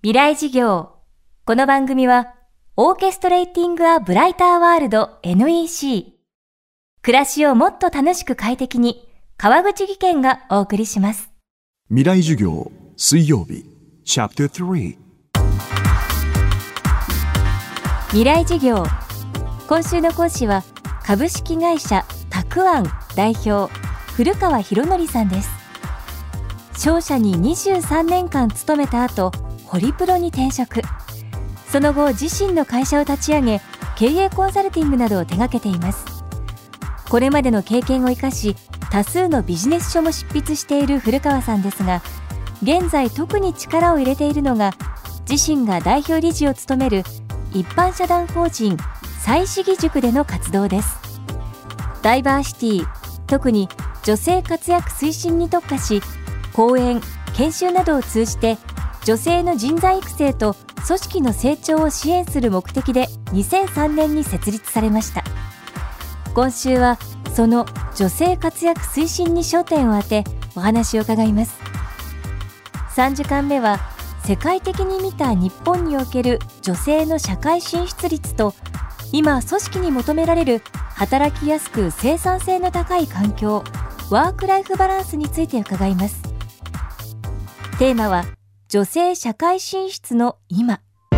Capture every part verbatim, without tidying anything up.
未来事業。この番組はオーケストレーティングアブライターワールド エヌイーシー 暮らしをもっと楽しく快適に川口義賢がお送りします。 未来授業水曜日チャプタースリー未来事業。今週の講師は株式会社たくあん代表古川博則さんです。商社ににじゅうさんねんかん勤めた後、ホリプロに転職。その後自身の会社を立ち上げ、経営コンサルティングなどを手掛けています。これまでの経験を生かし、多数のビジネス書も執筆している古川さんですが、現在特に力を入れているのが、自身が代表理事を務める一般社団法人再市議塾での活動です。ダイバーシティ、特に女性活躍推進に特化し、講演・研修などを通じて女性の人材育成と組織の成長を支援する目的でにせんさんねんに設立されました。今週はその女性活躍推進に焦点を当てお話を伺います。さんじかんめは世界的に見た日本における女性の社会進出率と、今組織に求められる働きやすく生産性の高い環境、ワークライフバランスについて伺います。テーマは女性社会進出の今。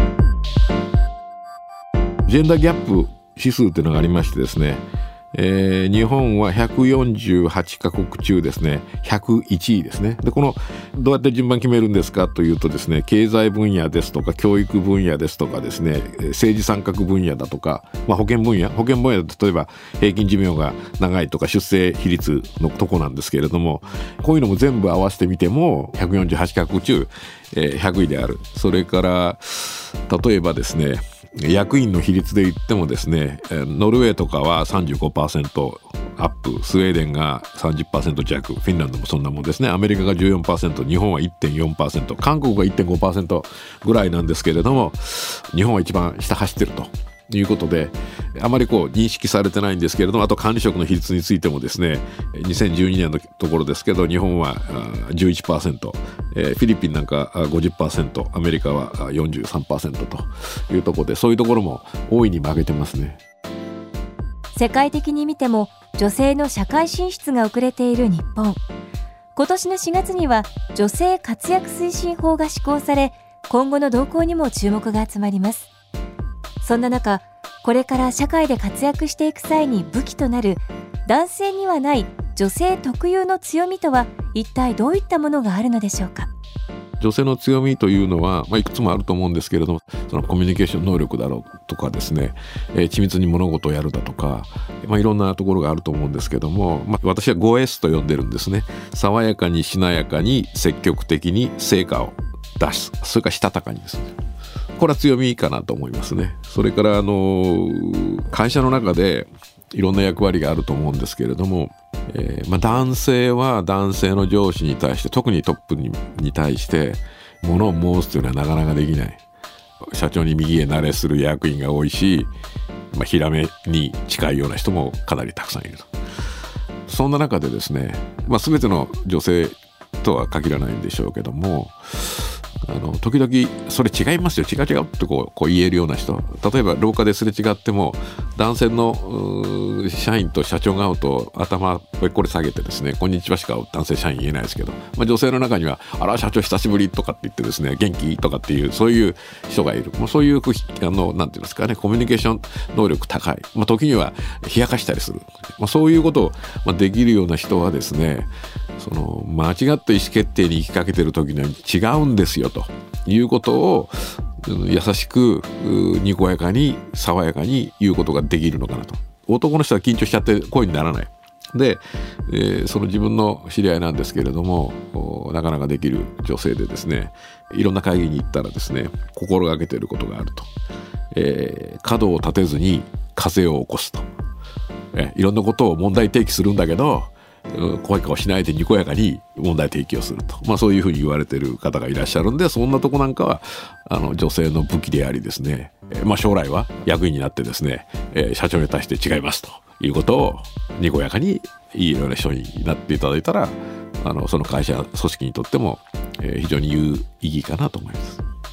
ジェンダーギャップ指数というのがありましてですね、えー、日本はひゃくよんじゅうはちかこく中ですねひゃくいちいですね。でこのどうやって順番決めるんですかというとですね、経済分野ですとか教育分野ですとかですね、政治参画分野だとか、まあ、保険分野保険分野だと例えば平均寿命が長いとか出生比率のとこなんですけれども、こういうのも全部合わせてみてもひゃくよんじゅうはちかこく中、えー、ひゃくいである。それから例えばですね、役員の比率で言ってもですね、ノルウェーとかは さんじゅうごパーセント アップ、スウェーデンが さんじゅっパーセント 弱、フィンランドもそんなもんですね、アメリカが じゅうよんパーセント、日本は いってんよんパーセント、韓国が いってんごパーセント ぐらいなんですけれども、日本は一番下走ってるということで、あまりこう認識されてないんですけれども、あと管理職の比率についてもですね、にせんじゅうにねんのところですけど、日本は じゅういちパーセント、えー、フィリピンなんか ごじゅっパーセント、アメリカは よんじゅうさんパーセント というところで、そういうところも大いに負けてますね。 世界的に見ても女性の社会進出が遅れている日本。今年のしがつには女性活躍推進法が施行され、今後の動向にも注目が集まります。そんな中、これから社会で活躍していく際に武器となる男性にはない女性特有の強みとは一体どういったものがあるのでしょうか。 女性の強みというのは、まあ、いくつもあると思うんですけれども、そのコミュニケーション能力だろうとかですね、えー、緻密に物事をやるだとか、まあ、いろんなところがあると思うんですけども、まあ、私は ファイブエス と呼んでるんですね。爽やかにしなやかに積極的に成果を出す、それからしたたかにですね、これは強みかなと思いますね。それからあの会社の中でいろんな役割があると思うんですけれども、えーまあ、男性は男性の上司に対して、特にトップ に, に対して物を申すというのはなかなかできない。社長に右へ慣れする役員が多いし、まあ、ヒラメに近いような人もかなりたくさんいると。そんな中でですね、まあ、全ての女性とは限らないんでしょうけども、あの時々それ違いますよ、違う違うってこう、こう言えるような人、例えば廊下ですれ違っても男性の社員と社長が会うと頭ぺっこり下げてですね、こんにちはしか男性社員言えないですけど、まあ、女性の中にはあら社長久しぶりとかって言ってですね、元気とかっていうそういう人がいる。もうそういうあのなんていうんですかね、コミュニケーション能力高い、まあ、時には冷やかしたりする、まあ、そういうことを、まあ、できるような人はですね、その間違った意思決定に行きかけてる時には違うんですよということを優しくにこやかに爽やかに言うことができるのかなと。男の人は緊張しちゃって声にならないで、えー、その自分の知り合いなんですけれども、なかなかできる女性でですね、いろんな会議に行ったらですね、心がけていることがあると、えー、角を立てずに風を起こすと、えー、いろんなことを問題提起するんだけど怖い顔しないでにこやかに問題提起をすると、まあ、そういうふうに言われている方がいらっしゃるんで、そんなとこなんかはあの女性の武器でありですね、えーまあ、将来は役員になってですね、えー、社長に対して違いますということをにこやかにいいような人になっていただいたら、あのその会社組織にとっても、えー、非常に有意義かなと思います。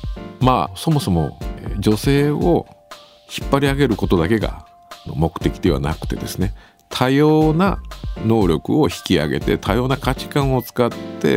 まあそもそも女性を引っ張り上げることだけが目的ではなくてですね、多様な能力を引き上げて多様な価値観を使って、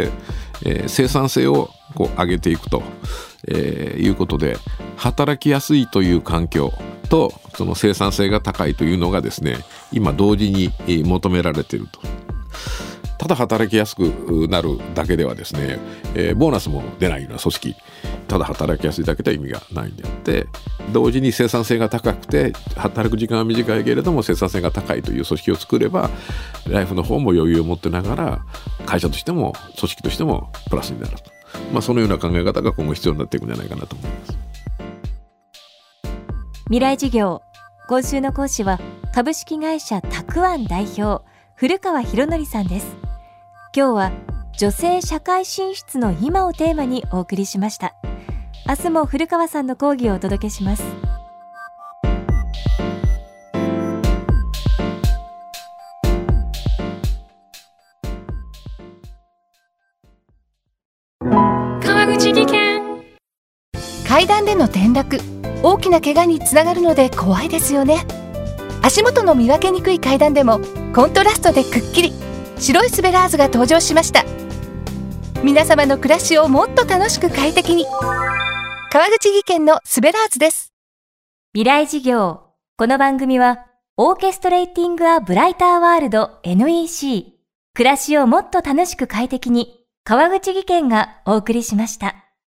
えー、生産性をこう上げていくと、えー、いうことで、働きやすいという環境とその生産性が高いというのがですね、今同時に求められていると。ただ働きやすくなるだけではですね、えー、ボーナスも出ないような組織、ただ働きやすいだけでは意味がないんであって、同時に生産性が高くて働く時間は短いけれども生産性が高いという組織を作れば、ライフの方も余裕を持ってながら会社としても組織としてもプラスになると、まあ、そのような考え方が今後必要になっていくんじゃないかなと思います。 未来事業、今週の講師は株式会社たくあん代表古川博則さんです。今日は女性社会進出の今をテーマにお送りしました。明日も古川さんの講義をお届けします。 川口技研。 階段での転落、大きな怪我につながるので怖いですよね。足元の見分けにくい階段でもコントラストでくっきり白いスベラーズが登場しました。皆様の暮らしをもっと楽しく快適に、川口技研のスベラーズです。 未来事業、この番組はオーケストレーティングアブライターワールド エヌイーシー、 暮らしをもっと楽しく快適に、川口技研がお送りしました。